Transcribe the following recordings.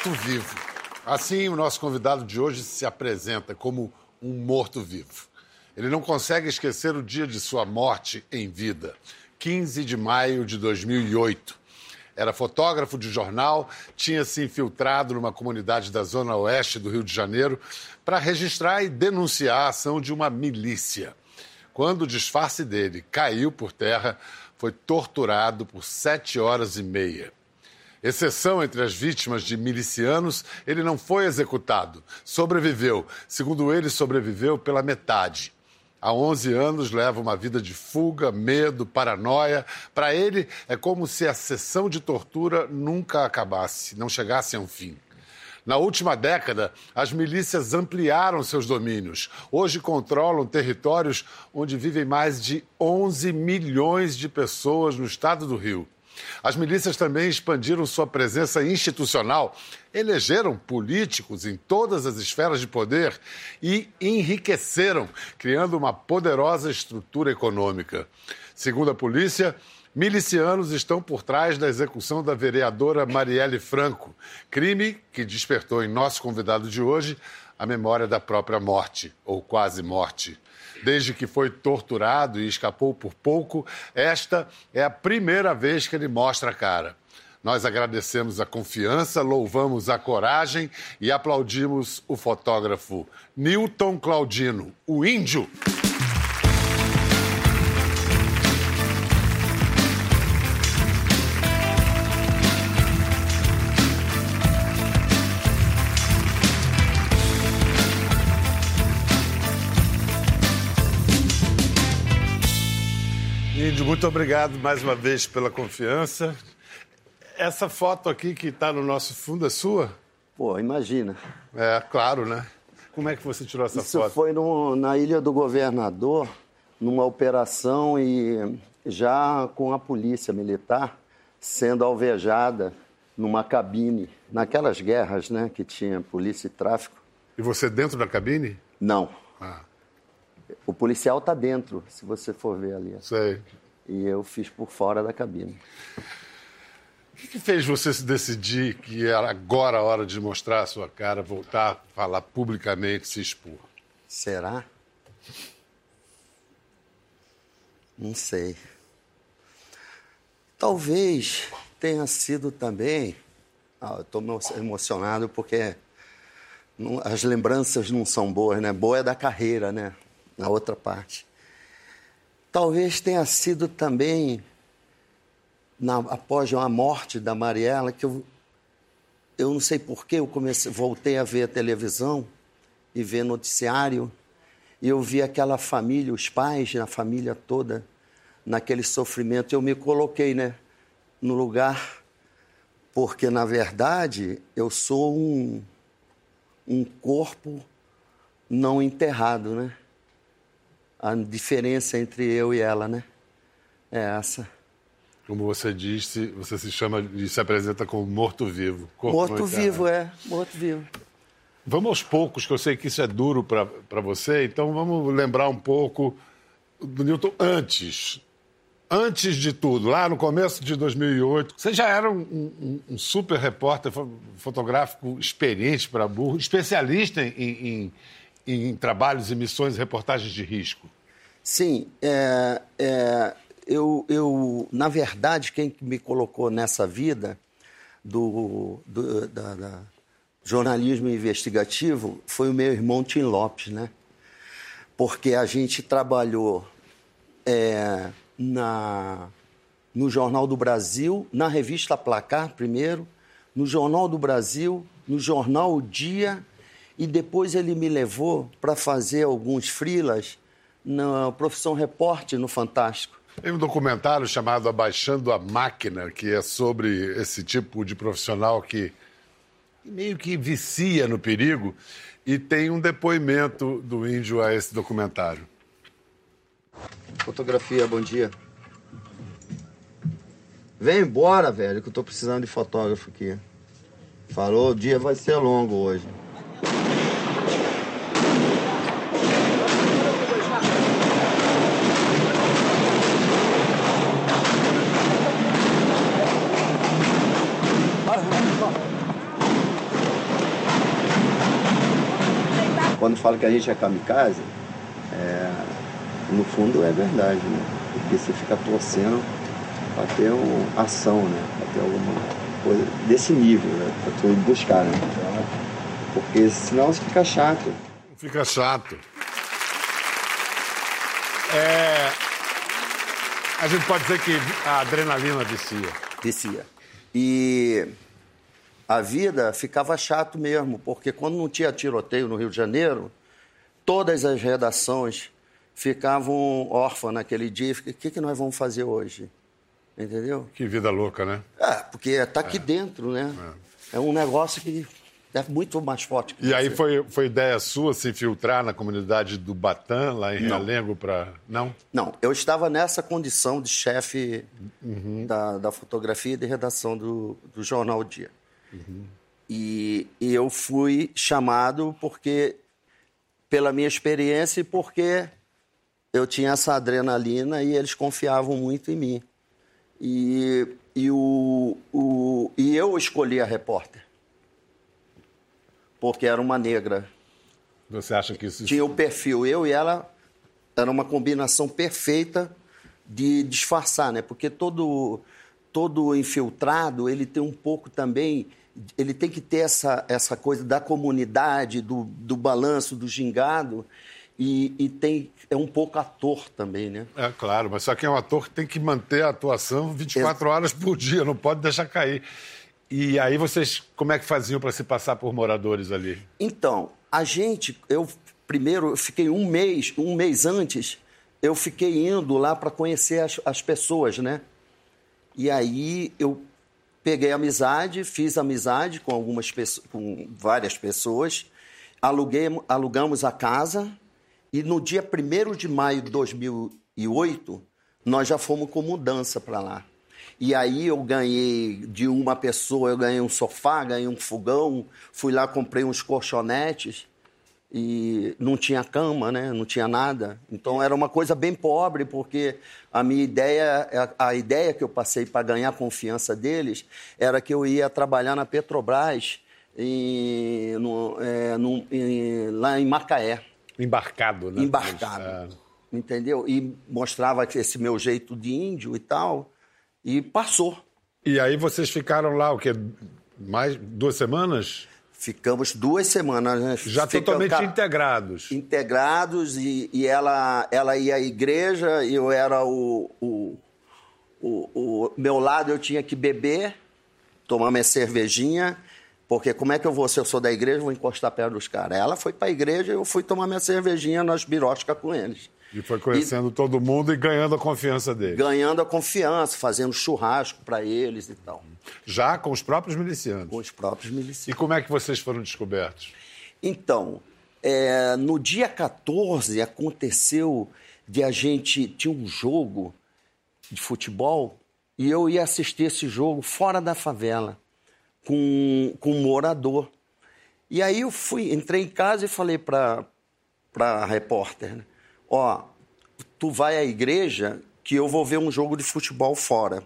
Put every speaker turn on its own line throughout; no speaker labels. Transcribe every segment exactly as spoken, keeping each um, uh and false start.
morto-vivo. Assim, o nosso convidado de hoje se apresenta como um morto-vivo. Ele não consegue esquecer o dia de sua morte em vida, quinze de maio de dois mil e oito. Era fotógrafo de jornal, tinha se infiltrado numa comunidade da zona oeste do Rio de Janeiro para registrar e denunciar a ação de uma milícia. Quando o disfarce dele caiu por terra, foi torturado por sete horas e meia. Exceção entre as vítimas de milicianos, ele não foi executado, sobreviveu. Segundo ele, sobreviveu pela metade. Há onze anos leva uma vida de fuga, medo, paranoia. Para ele, é como se a sessão de tortura nunca acabasse, não chegasse a um fim. Na última década, as milícias ampliaram seus domínios. Hoje controlam territórios onde vivem mais de onze milhões de pessoas no estado do Rio. As milícias também expandiram sua presença institucional, elegeram políticos em todas as esferas de poder e enriqueceram, criando uma poderosa estrutura econômica. Segundo a polícia, milicianos estão por trás da execução da vereadora Marielle Franco, crime que despertou em nosso convidado de hoje a memória da própria morte, ou quase morte. Desde que foi torturado e escapou por pouco, esta é a primeira vez que ele mostra a cara. Nós agradecemos a confiança, louvamos a coragem e aplaudimos o fotógrafo Newton Claudino, o Índio. Muito obrigado mais uma vez pela confiança. Essa foto aqui que está no nosso fundo é sua?
Pô, imagina.
É, claro, né? Como é que você tirou essa
Isso
foto?
Isso foi no, na Ilha do Governador, numa operação e já com a polícia militar sendo alvejada numa cabine. Naquelas guerras, né, que tinha polícia e tráfico.
E você dentro da cabine?
Não.
Ah.
O policial está dentro, se você for ver ali.
Sei.
E eu fiz por fora da cabine.
O que, que fez você se decidir que era agora a hora de mostrar a sua cara, voltar a falar publicamente, se expor?
Será? Não sei. Talvez tenha sido também... Ah, eu estou emocionado porque não, as lembranças não são boas, né? Boa é da carreira, né? Na outra parte. Talvez tenha sido também, na, após a morte da Mariela, que eu, eu não sei porquê, eu comecei, voltei a ver a televisão e ver noticiário, e eu vi aquela família, os pais, a família toda, naquele sofrimento. Eu me coloquei, né, no lugar, porque, na verdade, eu sou um, um corpo não enterrado, né? A diferença entre eu e ela, né? É essa.
Como você disse, você se chama e se apresenta como morto-vivo.
Morto-vivo, é. Morto-vivo.
Vamos aos poucos, que eu sei que isso é duro para você, então vamos lembrar um pouco do Newton antes. Antes de tudo, lá no começo de dois mil e oito, você já era um, um, um super repórter fotográfico experiente para burro, especialista em... em em trabalhos e missões e reportagens de risco?
Sim. É, é, eu, eu, na verdade, quem me colocou nessa vida do, do da, da jornalismo investigativo foi o meu irmão Tim Lopes, né? Porque a gente trabalhou é, na, no Jornal do Brasil, na revista Placar, primeiro, no Jornal do Brasil, no Jornal O Dia... E depois ele me levou para fazer alguns freelas na Profissão Repórter no Fantástico.
Tem um documentário chamado Abaixando a Máquina, que é sobre esse tipo de profissional que meio que vicia no perigo. E tem um depoimento do Índio a esse documentário.
Fotografia, bom dia. Vem embora, velho, que eu tô precisando de fotógrafo aqui. Falou, o dia vai ser longo hoje. quando falo que a gente é kamikaze, é, no fundo é verdade, né? Porque você fica torcendo para ter uma ação, né? Para ter alguma coisa desse nível, né? Para tu buscar, né? Porque senão você fica chato.
Fica chato. É... A gente pode dizer que a adrenalina vicia.
Vicia. E a vida ficava chato mesmo, porque quando não tinha tiroteio no Rio de Janeiro, todas as redações ficavam órfãs naquele dia. O que, que nós vamos fazer hoje? Entendeu?
Que vida louca, né?
É, porque está aqui é. dentro, né? É. é um negócio que é muito mais forte que
E
você.
aí foi, foi ideia sua se infiltrar na comunidade do Batã, lá em Realengo, para... Não?
Não, eu estava nessa condição de chefe uhum. da, da fotografia e de redação do, do Jornal o Dia. Uhum. E, e eu fui chamado porque, pela minha experiência e porque eu tinha essa adrenalina e eles confiavam muito em mim. E, e, o, o, e eu escolhi a repórter. Porque era uma negra.
Você acha que isso...
Tinha o perfil, eu e ela, era uma combinação perfeita de disfarçar, né? Porque todo, todo infiltrado, ele tem um pouco também... Ele tem que ter essa, essa coisa da comunidade, do, do balanço, do gingado... E, e tem, é um pouco ator também, né?
É, claro, mas só que é um ator que tem que manter a atuação vinte e quatro horas por dia, não pode deixar cair. E aí vocês, como é que faziam para se passar por moradores ali?
Então, a gente, eu primeiro, eu fiquei um mês, um mês antes, eu fiquei indo lá para conhecer as, as pessoas, né? E aí eu peguei amizade, fiz amizade com algumas pessoas, com várias pessoas, aluguei, alugamos a casa. E no dia primeiro de maio de dois mil e oito, nós já fomos com mudança para lá. E aí eu ganhei de uma pessoa, eu ganhei um sofá, ganhei um fogão, fui lá, comprei uns colchonetes e não tinha cama, né? Não tinha nada. Então era uma coisa bem pobre, porque a minha ideia, a ideia que eu passei para ganhar a confiança deles era que eu ia trabalhar na Petrobras e, no, é, no, em, lá em Macaé.
Embarcado, né?
Embarcado, é... entendeu? E mostrava esse meu jeito de índio e tal, e passou.
E aí vocês ficaram lá, o quê? Mais duas semanas?
Ficamos duas semanas. Né?
Já Ficam... totalmente integrados.
Integrados, e, e ela, ela ia à igreja, e eu era o, o, o, o... Meu lado eu tinha que beber, tomar minha cervejinha... Porque como é que eu vou, se eu sou da igreja, vou encostar perto dos caras? Ela foi para a igreja e eu fui tomar minha cervejinha nas biroscas com eles.
E foi conhecendo e, todo mundo e ganhando a confiança deles.
Ganhando a confiança, fazendo churrasco para eles e tal.
Já com os próprios milicianos?
Com os próprios milicianos.
E como é que vocês foram descobertos?
Então, é, no dia quatorze aconteceu de a gente... Tinha um jogo de futebol e eu ia assistir esse jogo fora da favela. Com, com um morador. E aí eu fui, entrei em casa e falei para a repórter, né? Ó, tu vai à igreja que eu vou ver um jogo de futebol fora.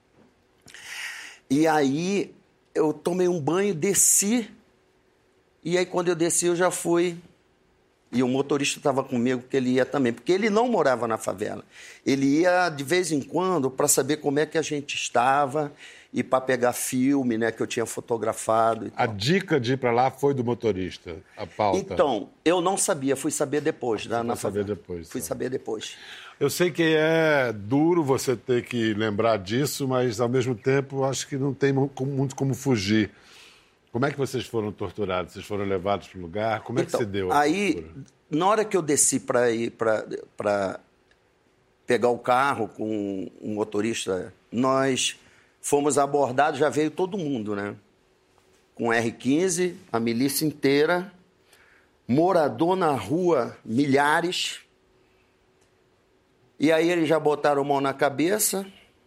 E aí eu tomei um banho, desci, e aí quando eu desci eu já fui... E o motorista estava comigo, porque ele ia também. Porque ele não morava na favela. Ele ia de vez em quando para saber como é que a gente estava... E para pegar filme, né, que eu tinha fotografado. E
a
tal.
dica de ir para lá foi do motorista, a pauta?
Então, eu não sabia, fui saber depois. Da,
na saber depois.
Fui
tá.
saber depois.
Eu sei que é duro você ter que lembrar disso, mas, ao mesmo tempo, acho que não tem muito como fugir. Como é que vocês foram torturados? Vocês foram levados para o lugar? Como é
então,
que se deu a
aí,
tortura? Na
hora que eu desci para ir para pegar o carro com um motorista, nós... Fomos abordados, já veio todo mundo, né? Com R quinze, a milícia inteira, morador na rua, milhares. E aí eles já botaram a mão na cabeça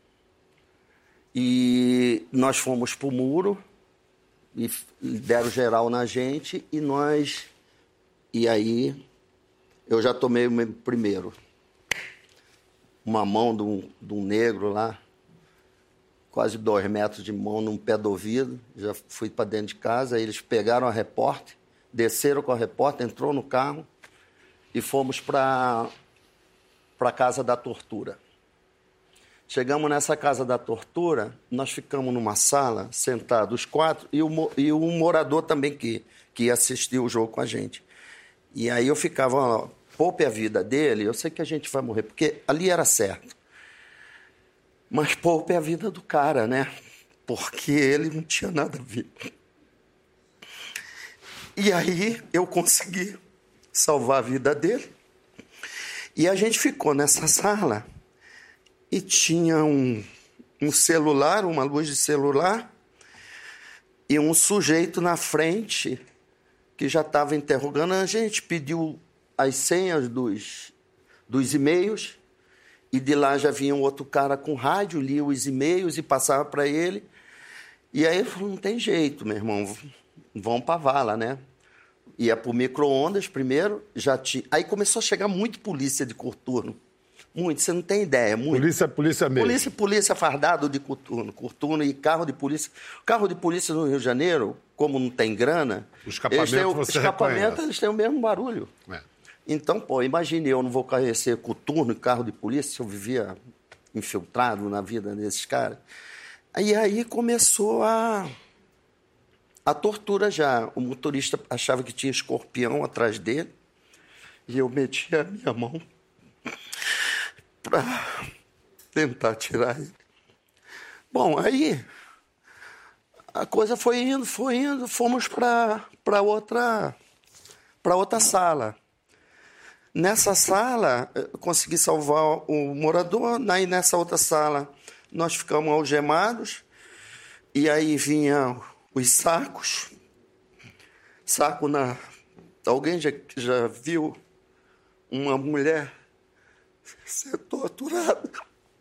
e nós fomos pro muro e deram geral na gente e nós... E aí eu já tomei o meu primeiro. Uma mão de um, de um negro lá, quase dois metros de mão num pé do ouvido, já fui para dentro de casa, aí eles pegaram a repórter, desceram com a repórter, entrou no carro e fomos para a Casa da Tortura. Chegamos nessa Casa da Tortura, nós ficamos numa sala, sentados os quatro, e o, e o morador também que, que ia assistir o jogo com a gente. E aí eu ficava, ó, poupe a vida dele, eu sei que a gente vai morrer, porque ali era certo. Mas poupe a vida do cara, né? Porque ele não tinha nada a ver. E aí eu consegui salvar a vida dele. E a gente ficou nessa sala e tinha um, um celular, uma luz de celular, e um sujeito na frente que já estava interrogando. A gente pediu as senhas dos, dos e-mails, e de lá já vinha um outro cara com rádio, lia os e-mails e passava para ele. E aí ele falou, não tem jeito, meu irmão, vão para a vala, né? Ia para o micro-ondas primeiro, já tinha... Aí começou a chegar muito polícia de coturno. Muito, você não tem ideia, muito.
Polícia, polícia mesmo.
Polícia, polícia fardado de coturno, coturno e carro de polícia. Carro de polícia no Rio de Janeiro, como não tem grana...
O escapamento
eles têm,
você
escapamento,
reconhece.
Eles têm o mesmo barulho.
É.
Então, pô, imagine, eu não vou conhecer coturno e carro de polícia, eu vivia infiltrado na vida desses caras. E aí começou a, a tortura já. O motorista achava que tinha escorpião atrás dele, e eu metia a minha mão para tentar tirar ele. Bom, aí a coisa foi indo, foi indo, fomos para outra, para outra sala. Nessa sala, eu consegui salvar o morador, aí nessa outra sala nós ficamos algemados, e aí vinham os sacos, saco na... Alguém já, já viu uma mulher ser torturada?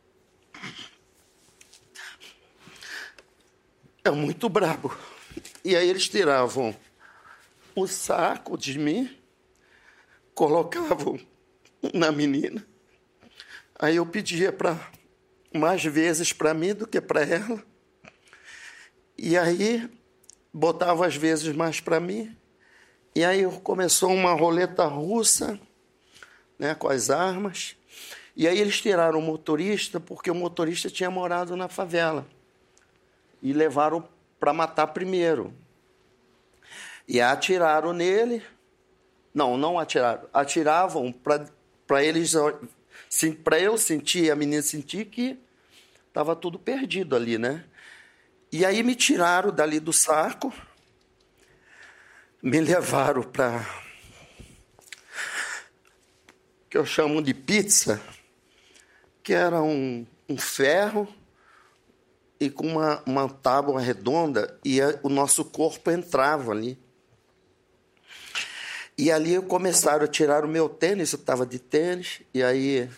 É muito brabo. E aí eles tiravam o saco de mim, colocavam na menina. Aí eu pedia para mais vezes para mim do que para ela. E aí botava às vezes mais para mim. E aí começou uma roleta russa, né, com as armas. E aí eles tiraram o motorista, porque o motorista tinha morado na favela. E levaram para matar primeiro. E atiraram nele. Não, não atiraram. Atiravam para eles, para eu sentir, a menina sentir que estava tudo perdido ali, né? E aí me tiraram dali do saco, me levaram para que eu chamo de pizza, que era um, um ferro e com uma, uma tábua redonda, e a, o nosso corpo entrava ali. E ali começaram a tirar o meu tênis, eu estava de tênis, e aí,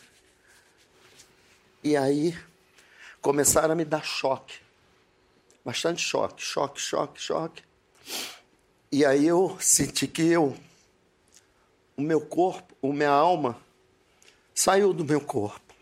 e aí começaram a me dar choque. Bastante choque, choque, choque, choque. E aí eu senti que eu, o meu corpo, a minha alma, saiu do meu corpo.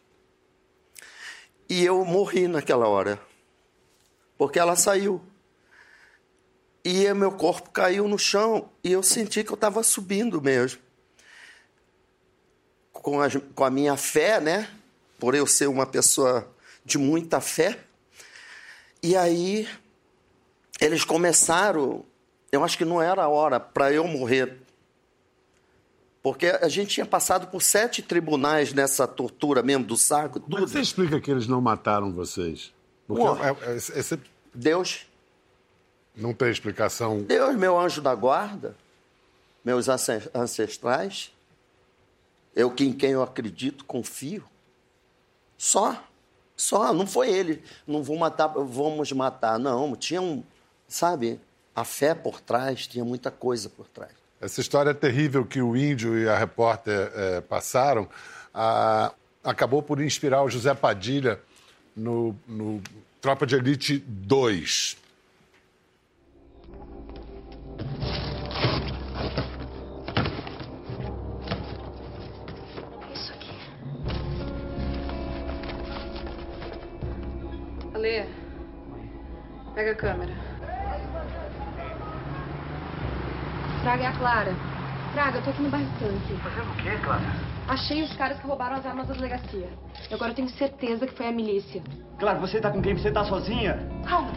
E eu morri naquela hora, porque ela saiu. E o meu corpo caiu no chão e eu senti que eu estava subindo mesmo. Com a, com a minha fé, né? Por eu ser uma pessoa de muita fé. E aí eles começaram... Eu acho que não era a hora para eu morrer. Porque a gente tinha passado por sete tribunais nessa tortura mesmo do saco.
Como você explica que eles não mataram vocês? Porque
Bom,
é, é, esse...
Deus...
Não tem explicação.
Deus, meu anjo da guarda, meus ancestrais, eu que em quem eu acredito, confio. Só, só, não foi ele. Não vou matar, vamos matar, não. Tinha um, sabe, a fé por trás, tinha muita coisa por trás.
Essa história terrível que o Índio e a repórter é, passaram a, acabou por inspirar o José Padilha no, no Tropa de Elite dois.
Alê, pega a câmera. Fraga é a Clara. Fraga, eu tô aqui no bairro Tanque.
Fazendo o quê, Clara?
Achei os caras que roubaram as armas da delegacia. E agora eu tenho certeza que foi a milícia.
Clara, você tá com quem? Você tá sozinha?
Calma.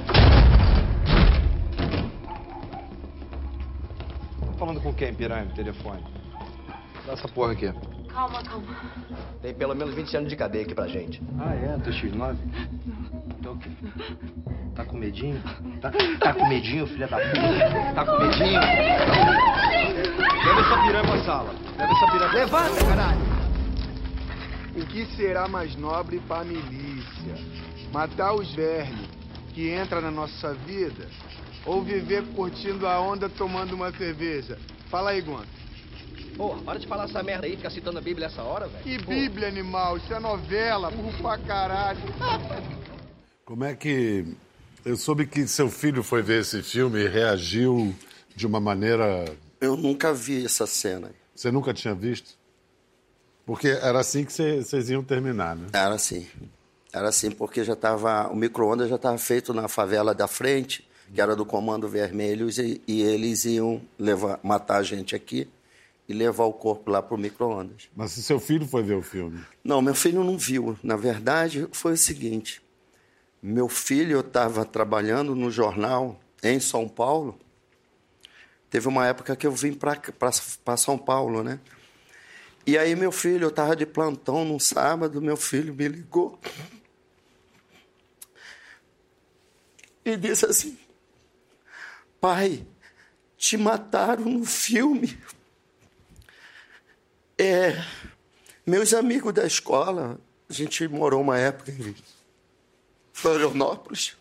Tá falando com quem, piranha, no telefone? Dá essa porra aqui.
Calma, calma.
Tem pelo menos vinte anos de cadeia aqui pra gente.
Ah, é? Teu xis nove? Então o quê? Tá com medinho? Tá, tá com medinho, filha da puta? Tá com medinho? Leva essa piranha pra sala. Leva essa piranha pra
Levanta, caralho!
O que será mais nobre para a milícia? Matar os vermes que entram na nossa vida ou viver curtindo a onda tomando uma cerveja? Fala aí, Gonçalo.
Porra, para de falar essa merda aí, ficar citando a Bíblia essa hora, velho.
Que Bíblia, animal? Isso é novela, burro pra caralho.
Como é que... Eu soube que seu filho foi ver esse filme e reagiu de uma maneira...
Eu nunca vi essa cena.
Você nunca tinha visto? Porque era assim que vocês iam terminar, né?
Era assim. Era assim, porque já tava, o micro-ondas já estava feito na favela da frente, que era do Comando Vermelho, e, e eles iam levar, matar a gente aqui e levar o corpo lá para o micro-ondas.
Mas se seu filho foi ver o filme?
Não, meu filho não viu. Na verdade, foi o seguinte. Meu filho estava trabalhando no jornal em São Paulo. Teve uma época que eu vim para São Paulo, né? E aí meu filho, eu estava de plantão num sábado, meu filho me ligou e disse assim: pai, te mataram no filme. É, meus amigos da escola, a gente morou uma época em Florianópolis.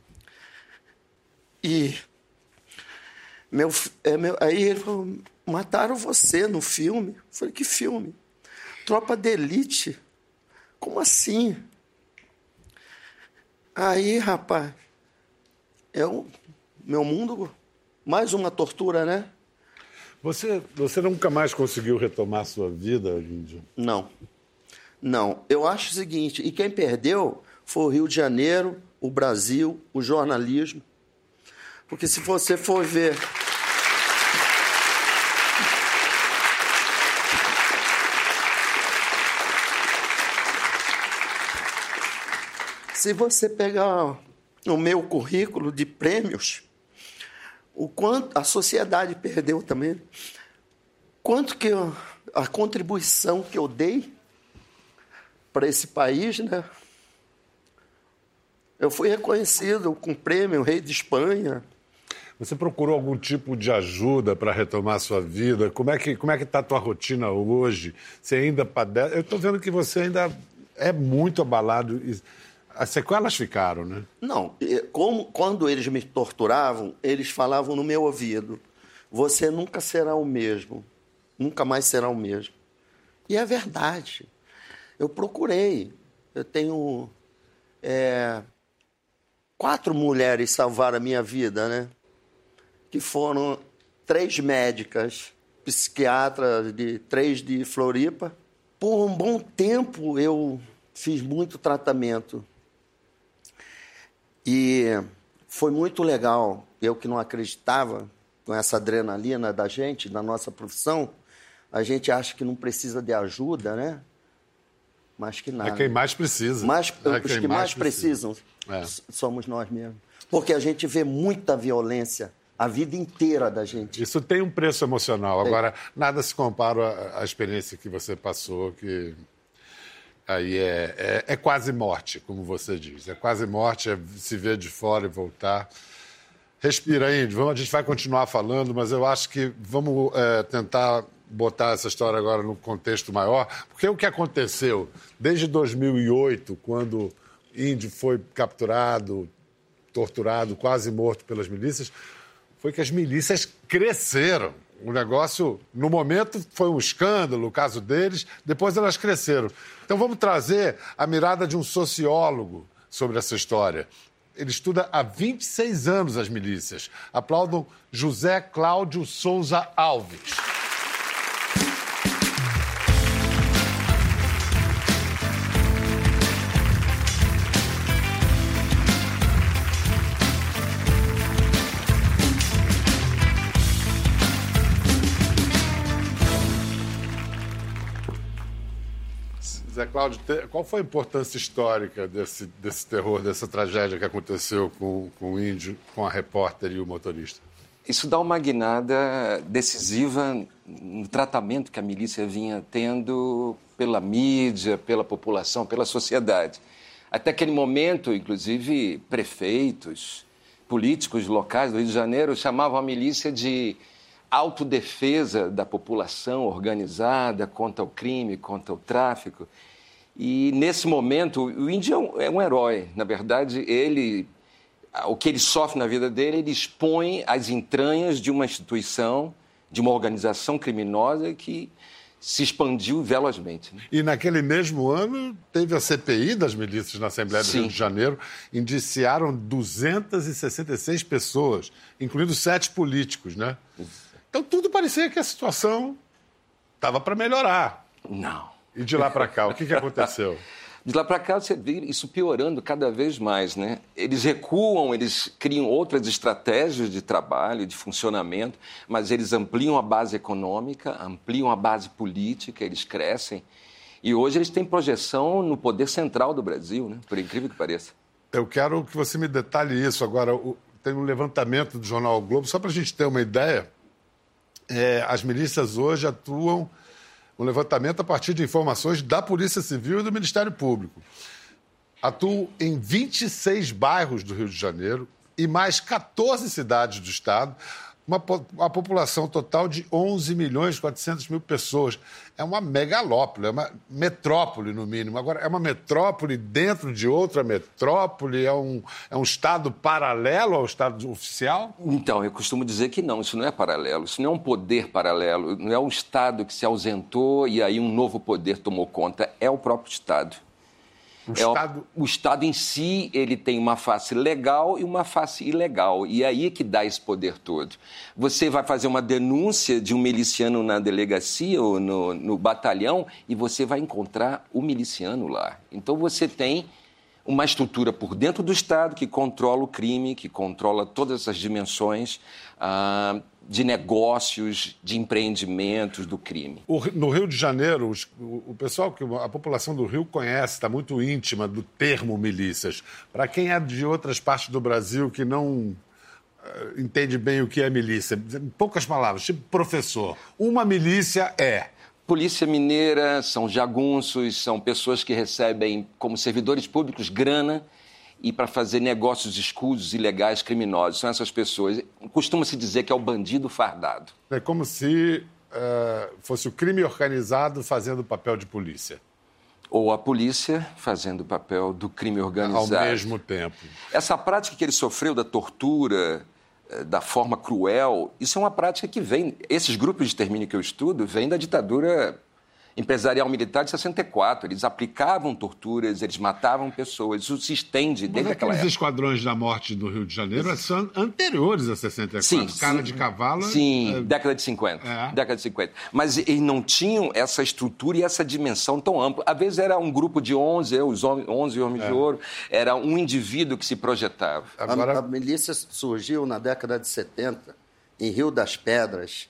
E meu, é, meu, aí ele falou: mataram você no filme. Eu falei: que filme? Tropa de Elite. Como assim? Aí, rapaz, é o meu mundo, mais uma tortura, né?
Você, você nunca mais conseguiu retomar a sua vida, Índio?
Não. Não. Eu acho o seguinte, e quem perdeu foi o Rio de Janeiro, o Brasil, o jornalismo. Porque se você for ver... Se você pegar o meu currículo de prêmios, o quanto a sociedade perdeu também, quanto que eu, a contribuição que eu dei para esse país, né? Eu fui reconhecido com prêmio Rei de Espanha.
Você procurou algum tipo de ajuda para retomar a sua vida? Como é que como é que está a tua rotina hoje? Você ainda padece? Eu estou vendo que você ainda é muito abalado. As sequelas ficaram, né?
Não, como, quando eles me torturavam, eles falavam no meu ouvido: você nunca será o mesmo, nunca mais será o mesmo. E é verdade. Eu procurei. Eu tenho... É, quatro mulheres salvaram a minha vida, né? Que foram três médicas, psiquiatras, de, três de Floripa. Por um bom tempo eu fiz muito tratamento. E foi muito legal. Eu que não acreditava com essa adrenalina da gente, da nossa profissão, a gente acha que não precisa de ajuda, né? Mas que nada.
É quem mais precisa.
Mais,
é
os que mais, mais precisam é. somos nós mesmos. Porque a gente vê muita violência a vida inteira da gente.
Isso tem um preço emocional. Agora, nada se compara à experiência que você passou, que aí é, é, é quase morte, como você diz. É quase morte, é se ver de fora e voltar. Respira, Índio. Vamos, a gente vai continuar falando, mas eu acho que vamos é, tentar botar essa história agora num contexto maior, porque o que aconteceu desde dois mil e oito, quando Índio foi capturado, torturado, quase morto pelas milícias, foi que as milícias cresceram. O negócio, no momento, foi um escândalo, o caso deles, depois elas cresceram. Então vamos trazer a mirada de um sociólogo sobre essa história. Ele estuda há vinte e seis anos as milícias. Aplaudam José Cláudio Souza Alves. Zé Cláudio, qual foi a importância histórica desse, desse terror, dessa tragédia que aconteceu com, com o índio, com a repórter e o motorista?
Isso dá uma guinada decisiva no tratamento que a milícia vinha tendo pela mídia, pela população, pela sociedade. Até aquele momento, inclusive, prefeitos, políticos locais do Rio de Janeiro chamavam a milícia de autodefesa da população organizada contra o crime, contra o tráfico. E, nesse momento, o índio é um herói. Na verdade, ele, o que ele sofre na vida dele, ele expõe as entranhas de uma instituição, de uma organização criminosa que se expandiu velozmente. Né?
E naquele mesmo ano teve a C P I das milícias na Assembleia do
Sim.
Rio de Janeiro, indiciaram duzentas e sessenta e seis pessoas, incluindo sete políticos, né? Então tudo parecia que a situação estava para melhorar.
Não.
E de lá para cá, o que, que aconteceu?
De lá para cá, você vê isso piorando cada vez mais, né? Eles recuam, eles criam outras estratégias de trabalho, de funcionamento, mas eles ampliam a base econômica, ampliam a base política, eles crescem. E hoje eles têm projeção no poder central do Brasil, né? Por incrível que pareça.
Eu quero que você me detalhe isso. Agora, tem um levantamento do jornal o Globo, só para a gente ter uma ideia. É, as milícias hoje atuam, um levantamento a partir de informações da Polícia Civil e do Ministério Público. Atuam em vinte e seis bairros do Rio de Janeiro e mais quatorze cidades do estado, uma, uma população total de onze milhões e quatrocentos mil pessoas. É uma megalópole, é uma metrópole, no mínimo. Agora, é uma metrópole dentro de outra metrópole? É um, é um estado paralelo ao estado oficial?
Então, eu costumo dizer que não, isso não é paralelo, isso não é um poder paralelo, não é um estado que se ausentou e aí um novo poder tomou conta, é o próprio estado.
O,
é
estado...
o, o Estado em si, ele tem uma face legal e uma face ilegal. E é aí que dá esse poder todo. Você vai fazer uma denúncia de um miliciano na delegacia ou no, no batalhão e você vai encontrar o miliciano lá. Então você tem uma estrutura por dentro do Estado que controla o crime, que controla todas essas dimensões ah, de negócios, de empreendimentos do crime.
O, no Rio de Janeiro, os, o, o pessoal, que a população do Rio conhece, está muito íntima do termo milícias. Para quem é de outras partes do Brasil que não uh, entende bem o que é milícia, em poucas palavras, tipo professor, uma milícia é...
Polícia Mineira são jagunços, são pessoas que recebem como servidores públicos grana e para fazer negócios escusos, ilegais, criminosos. São essas pessoas. Costuma-se dizer que é o bandido fardado.
É como se uh, fosse o crime organizado fazendo o papel de polícia.
Ou a polícia fazendo o papel do crime organizado.
Ao mesmo tempo.
Essa prática que ele sofreu da tortura, da forma cruel, isso é uma prática que vem... Esses grupos de extermínio que eu estudo vêm da ditadura empresarial militar de sessenta e quatro. Eles aplicavam torturas, eles matavam pessoas. Isso se estende desde
Mas
aquela
aqueles
época.
esquadrões da morte do Rio de Janeiro são anteriores a sessenta e quatro.
Sim,
Cara
sim.
de cavalo...
Sim,
é...
década de cinquenta.
É.
Década de cinquenta. Mas eles não tinham essa estrutura e essa dimensão tão ampla. Às vezes era um grupo de onze, os onze homens é. de ouro, era um indivíduo que se projetava.
Agora... A, a milícia surgiu na década de setenta, em Rio das Pedras,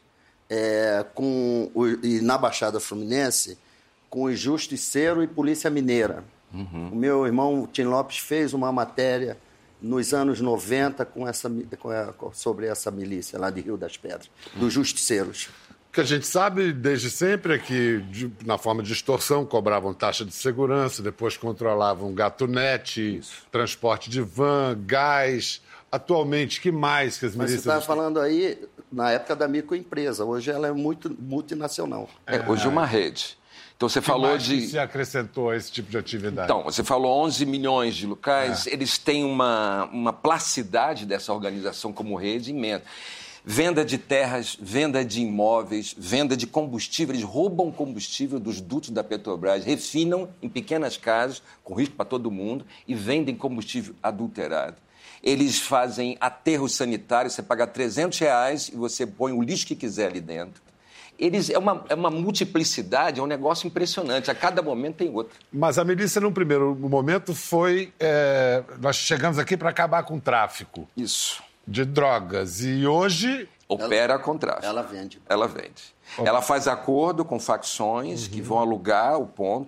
é, com o, e na Baixada Fluminense, com o Justiceiro e Polícia Mineira. Uhum. O meu irmão Tim Lopes fez uma matéria nos anos noventa com essa, com a, sobre essa milícia lá de Rio das Pedras, dos Justiceiros.
O que a gente sabe desde sempre é que, de, na forma de extorsão, cobravam taxa de segurança, depois controlavam gatunete, Isso. transporte de van, gás. Atualmente, que mais que as
Mas
milícias...
você está falando aí na época da microempresa. Hoje ela é muito multinacional.
É, hoje é uma rede. Então, você
que
falou
mais
de...
que se acrescentou a esse tipo de atividade?
Então, você falou onze milhões de locais, é. Eles têm uma, uma placidade dessa organização como rede imensa. Venda de terras, venda de imóveis, venda de combustível. Eles roubam combustível dos dutos da Petrobras, refinam em pequenas casas, com risco para todo mundo, e vendem combustível adulterado. Eles fazem aterros sanitários, você paga trezentos reais e você põe o lixo que quiser ali dentro. Eles, é, uma, é uma multiplicidade, é um negócio impressionante. A cada momento tem outro.
Mas a milícia, num primeiro momento, foi... É, nós chegamos aqui para acabar com o tráfico.
Isso.
De drogas. E hoje...
Opera
ela,
com tráfico.
Ela vende.
Ela vende. Okay. Ela faz acordo com facções uhum. que vão alugar o ponto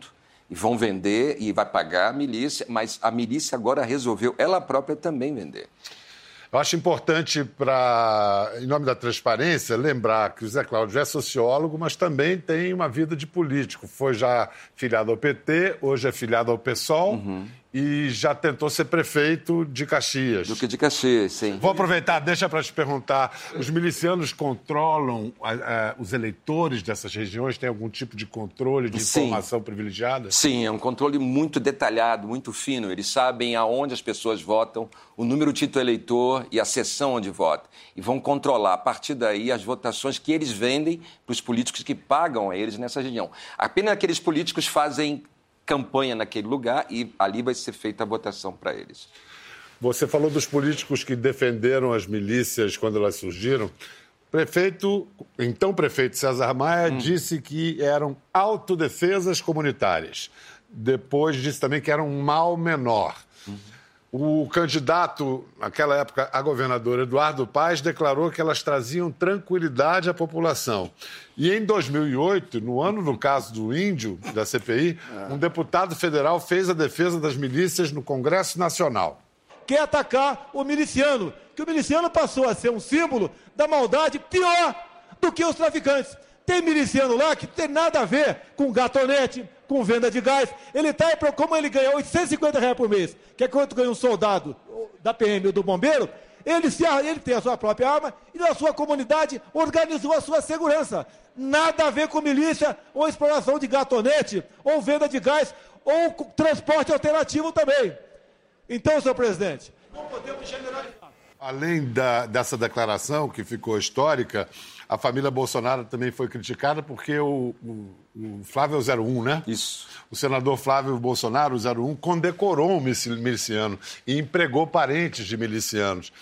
E vão vender e vai pagar a milícia, mas a milícia agora resolveu ela própria também vender.
Eu acho importante, pra, em nome da transparência, lembrar que o Zé Cláudio é sociólogo, mas também tem uma vida de político. Foi já filiado ao P T, hoje é filiado ao PSOL uhum. e já tentou ser prefeito de Caxias.
Duque de Caxias, sim.
Vou aproveitar, deixa para te perguntar. Os milicianos controlam a, a, os eleitores dessas regiões? Tem algum tipo de controle, de
sim.
informação privilegiada?
Sim, é um controle muito detalhado, muito fino. Eles sabem aonde as pessoas votam, o número de título eleitor e a seção onde vota. E vão controlar, a partir daí, as votações que eles vendem para os políticos que pagam a eles nessa região. Apenas aqueles políticos fazem campanha naquele lugar e ali vai ser feita a votação para eles.
Você falou dos políticos que defenderam as milícias quando elas surgiram. Prefeito, então prefeito César Maia hum. disse que eram autodefesas comunitárias. Depois disse também que era um mal menor. Hum. O candidato, naquela época, a governador Eduardo Paes, declarou que elas traziam tranquilidade à população. E em dois mil e oito, no ano do caso do índio, da C P I, um deputado federal fez a defesa das milícias no Congresso Nacional.
Quer atacar o miliciano, que o miliciano passou a ser um símbolo da maldade pior do que os traficantes. Tem miliciano lá que não tem nada a ver com gatonete, com venda de gás. Ele está, como ele ganha oitocentos e cinquenta reais por mês, que é quanto ganha um soldado da P M ou do bombeiro, ele, se, ele tem a sua própria arma e na sua comunidade organizou a sua segurança. Nada a ver com milícia, ou exploração de gatonete, ou venda de gás, ou transporte alternativo também. Então, senhor presidente, não podemos generalizar.
Além da, dessa declaração, que ficou histórica, a família Bolsonaro também foi criticada porque o, o, o Flávio zero um, né?
Isso.
O senador Flávio Bolsonaro, zero um, condecorou um miliciano e empregou parentes de milicianos.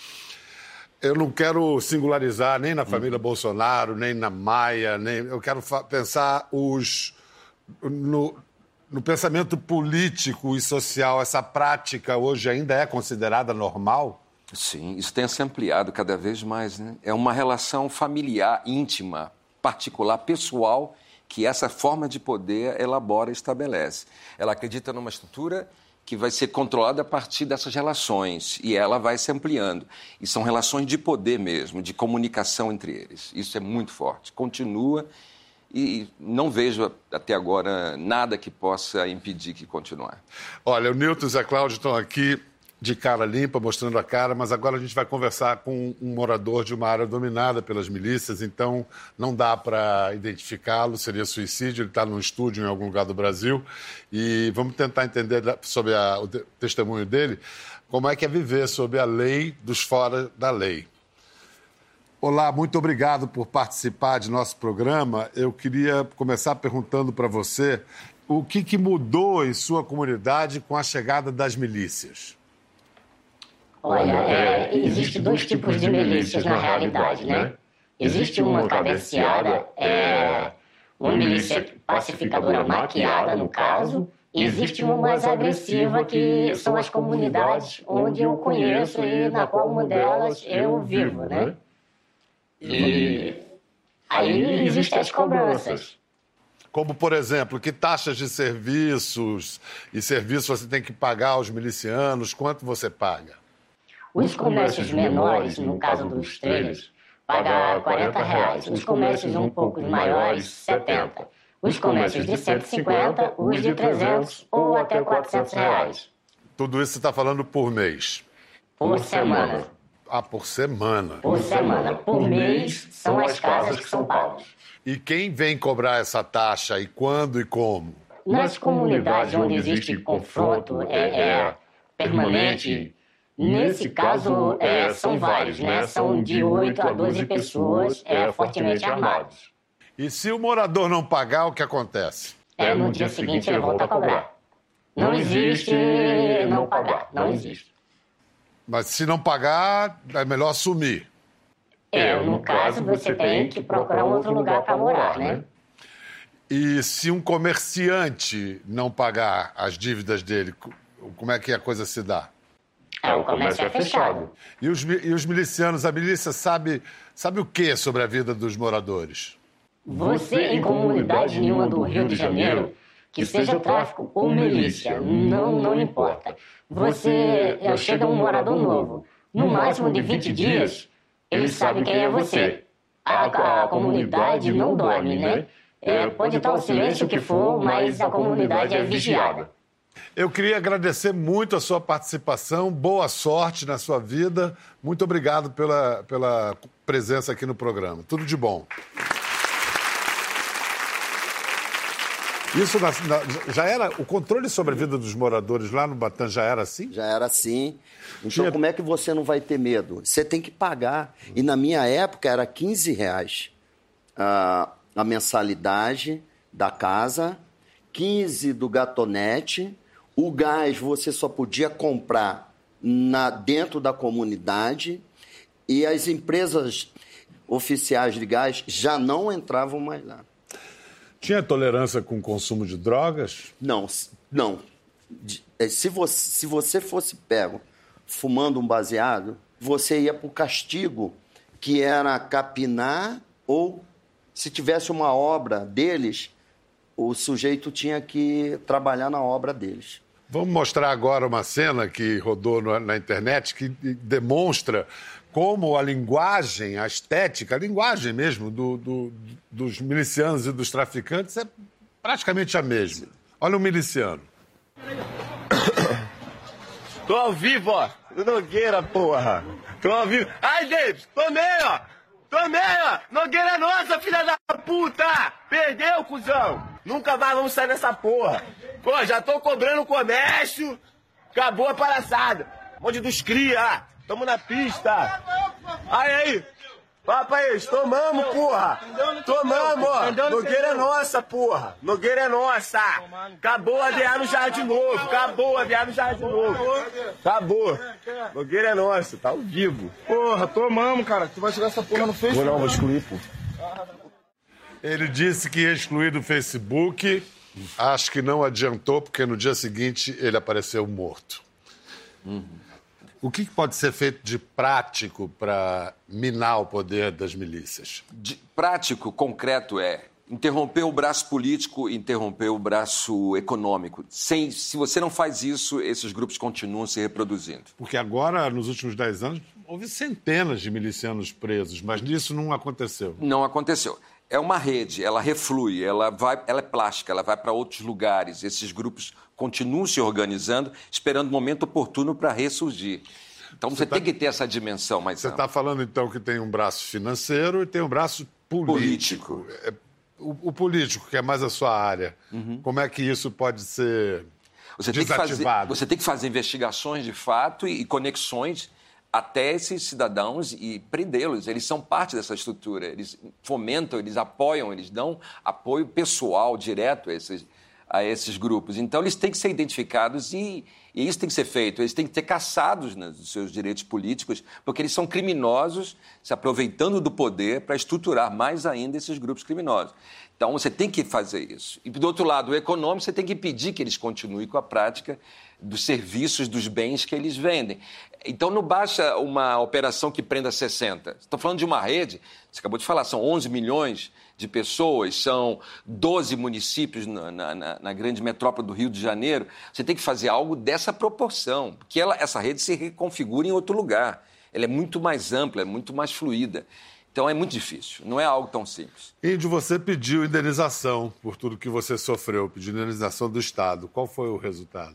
Eu não quero singularizar nem na família hum. Bolsonaro, nem na Maia, nem... eu quero pensar os... no, no pensamento político e social. Essa prática hoje ainda é considerada normal?
Sim, isso tem se ampliado cada vez mais, né? É uma relação familiar, íntima, particular, pessoal, que essa forma de poder elabora e estabelece. Ela acredita numa estrutura que vai ser controlada a partir dessas relações e ela vai se ampliando. E são relações de poder mesmo, de comunicação entre eles. Isso é muito forte. Continua e não vejo até agora nada que possa impedir que continue.
Olha, o Nilton e o Zé Cláudio estão aqui de cara limpa, mostrando a cara, mas agora a gente vai conversar com um morador de uma área dominada pelas milícias, então não dá para identificá-lo, seria suicídio, ele está num estúdio em algum lugar do Brasil, e vamos tentar entender sobre a, o testemunho dele, como é que é viver sob a lei dos fora da lei. Olá, muito obrigado por participar de nosso programa. Eu queria começar perguntando para você o que, que mudou em sua comunidade com a chegada das milícias.
Olha, é, existe dois tipos de milícias na realidade, né? Existe uma cadenciada, é, uma milícia pacificadora maquiada, no caso, e existe uma mais agressiva, que são as comunidades onde eu conheço e na qual uma delas eu vivo, né? E aí existem as cobranças.
Como, por exemplo, que taxas de serviços e serviços você tem que pagar aos milicianos, quanto você paga?
Os comércios menores, no caso dos trailers, pagam quarenta reais. Os comércios um pouco maiores, setenta. Os comércios de cento e cinquenta, os de trezentos ou até quatrocentos reais.
Tudo isso você está falando por mês?
Por semana.
Ah, por semana.
Por semana. Por mês são as casas que são pagas.
E quem vem cobrar essa taxa e quando e como?
Nas comunidades onde existe confronto é, é permanente. Nesse caso, é, são vários, né? São de oito a doze pessoas é, fortemente armados.
E se o morador não pagar, o que acontece?
É, no dia seguinte ele volta a cobrar. Não existe não pagar, não existe.
Mas se não pagar, é melhor sumir.
É, no caso, você tem que procurar um outro lugar para morar, né?
E se um comerciante não pagar as dívidas dele, como é que a coisa se dá?
É, o comércio é fechado.
E os, e os milicianos, a milícia sabe, sabe o que sobre a vida dos moradores?
Você, em comunidade nenhuma do Rio de Janeiro, que seja tráfico ou milícia, não, não importa. Você chega um morador novo, no máximo de vinte dias, eles sabem quem é você. A, a comunidade não dorme, né? É, pode estar o silêncio que for, mas a comunidade é vigiada.
Eu queria agradecer muito a sua participação, boa sorte na sua vida. Muito obrigado pela, pela presença aqui no programa. Tudo de bom. Isso na, na, já era... O controle sobre a vida dos moradores lá no Butantã já era assim?
Já era assim. Então,
Tinha...
como é que você não vai ter medo? Você tem que pagar. E na minha época era quinze reais a, a mensalidade da casa, quinze do gatonete. O gás você só podia comprar na, dentro da comunidade. E as empresas oficiais de gás já não entravam mais lá.
Tinha tolerância com o consumo de drogas?
Não, não. Se você, se você fosse pego fumando um baseado, você ia para o castigo, que era capinar, ou se tivesse uma obra deles, o sujeito tinha que trabalhar na obra deles.
Vamos mostrar agora uma cena que rodou na internet que demonstra como a linguagem, a estética, a linguagem mesmo do, do, dos milicianos e dos traficantes é praticamente a mesma. Olha o miliciano.
Tô ao vivo, ó. Do Nogueira, porra. Tô ao vivo. Ai, Davis, tomei, ó. Tomei, ó. Nogueira é nossa, filha da puta. Perdeu, cuzão. Nunca mais vamos sair dessa porra. Pô, já tô cobrando o comércio. Acabou a palhaçada. Monte dos cria. Tamo na pista. Aí, aí. Papai, tomamos, porra. Tomamos, ó. Nogueira é nossa, porra. Nogueira é nossa. Acabou a D A no Jardim Novo. Acabou a D A no Jardim Novo. Acabou. Nogueira é nossa. Tá ao vivo.
Porra, tomamos, cara. Tu vai tirar essa porra no Facebook.
Vou não, vou excluir, pô.
Ele disse que ia excluir do Facebook. Acho que não adiantou, porque no dia seguinte ele apareceu morto. Uhum. O que pode ser feito de prático para minar o poder das milícias?
De prático, concreto, é interromper o braço político e interromper o braço econômico. Sem, se você não faz isso, esses grupos continuam se reproduzindo.
Porque agora, nos últimos dez anos, houve centenas de milicianos presos, mas isso não aconteceu.
Não aconteceu. É uma rede, ela reflui, ela, vai, ela é plástica, ela vai para outros lugares. Esses grupos continuam se organizando, esperando o momento oportuno para ressurgir. Então, você, você tá... tem que ter essa dimensão mais
ampla. Você está falando, então, que tem um braço financeiro e tem um braço político. político. É, o, o político, que é mais a sua área, uhum. Como é que isso pode ser
você desativado? Tem que fazer, você tem que fazer investigações, de fato, e, e conexões até esses cidadãos e prendê-los. Eles são parte dessa estrutura, eles fomentam, eles apoiam, eles dão apoio pessoal direto a esses, a esses grupos. Então, eles têm que ser identificados e, e isso tem que ser feito. Eles têm que ser caçados nos seus direitos políticos, porque eles são criminosos, se aproveitando do poder para estruturar mais ainda esses grupos criminosos. Então, você tem que fazer isso. E, do outro lado, o econômico, você tem que pedir que eles continuem com a prática dos serviços, dos bens que eles vendem. Então, não basta uma operação que prenda sessenta. Estou falando de uma rede, você acabou de falar, são onze milhões de pessoas, são doze municípios na, na, na grande metrópole do Rio de Janeiro. Você tem que fazer algo dessa proporção, porque ela, essa rede se reconfigura em outro lugar. Ela é muito mais ampla, é muito mais fluida. Então, é muito difícil, não é algo tão simples.
Índio, você pediu indenização por tudo que você sofreu, pediu indenização do Estado. Qual foi o resultado?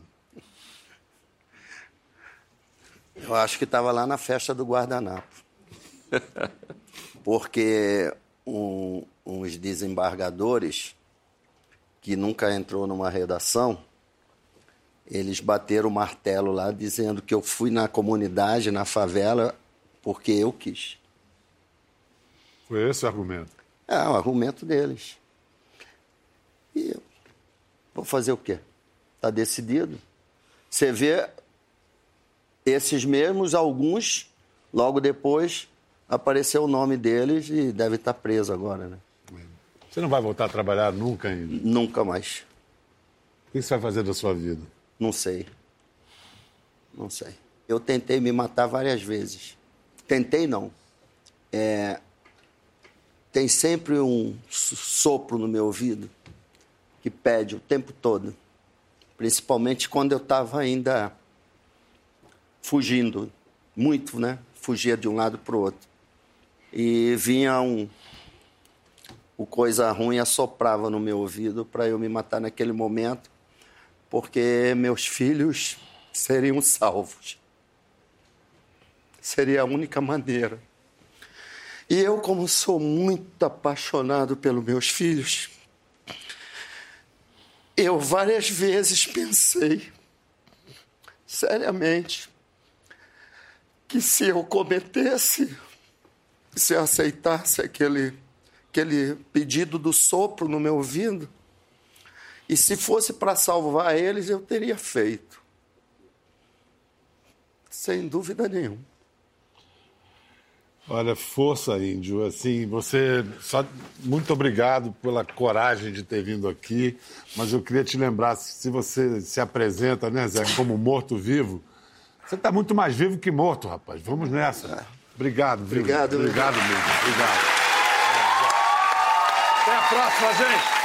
Eu acho que estava lá na festa do guardanapo. Porque um, uns desembargadores, que nunca entrou numa redação, eles bateram o martelo lá, dizendo que eu fui na comunidade, na favela, porque eu quis.
Foi esse o argumento?
É, o argumento deles. E eu vou fazer o quê? Está decidido. Você vê... Esses mesmos, alguns, logo depois, apareceu o nome deles e deve estar preso agora, né?
Você não vai voltar a trabalhar nunca ainda?
Nunca mais.
O que você vai fazer da sua vida?
Não sei. Não sei. Eu tentei me matar várias vezes. Tentei, não. É... Tem sempre um sopro no meu ouvido que pede o tempo todo. Principalmente quando eu estava ainda fugindo, muito, né? Fugia de um lado para o outro. E vinha um... O coisa ruim assoprava no meu ouvido para eu me matar naquele momento, porque meus filhos seriam salvos. Seria a única maneira. E eu, como sou muito apaixonado pelos meus filhos, eu várias vezes pensei, seriamente, que se eu cometesse, se eu aceitasse aquele, aquele pedido do sopro no meu ouvido, e se fosse para salvar eles, eu teria feito. Sem dúvida nenhuma.
Olha, força, Índio. Assim, você... Só... Muito obrigado pela coragem de ter vindo aqui, mas eu queria te lembrar, se você se apresenta, né, Zé, como morto-vivo, você está muito mais vivo que morto, rapaz. Vamos nessa. Obrigado, viu?
Obrigado.
Obrigado mesmo. Obrigado. Até a próxima, gente.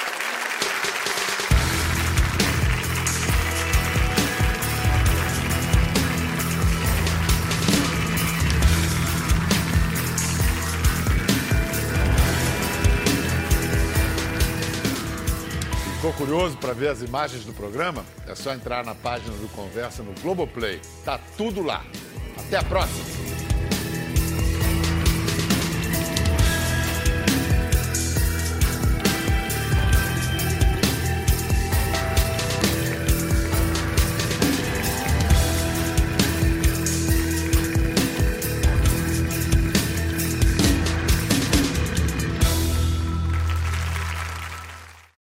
Ficou curioso para ver as imagens do programa? É só entrar na página do Conversa no Globoplay. Tá tudo lá. Até a próxima!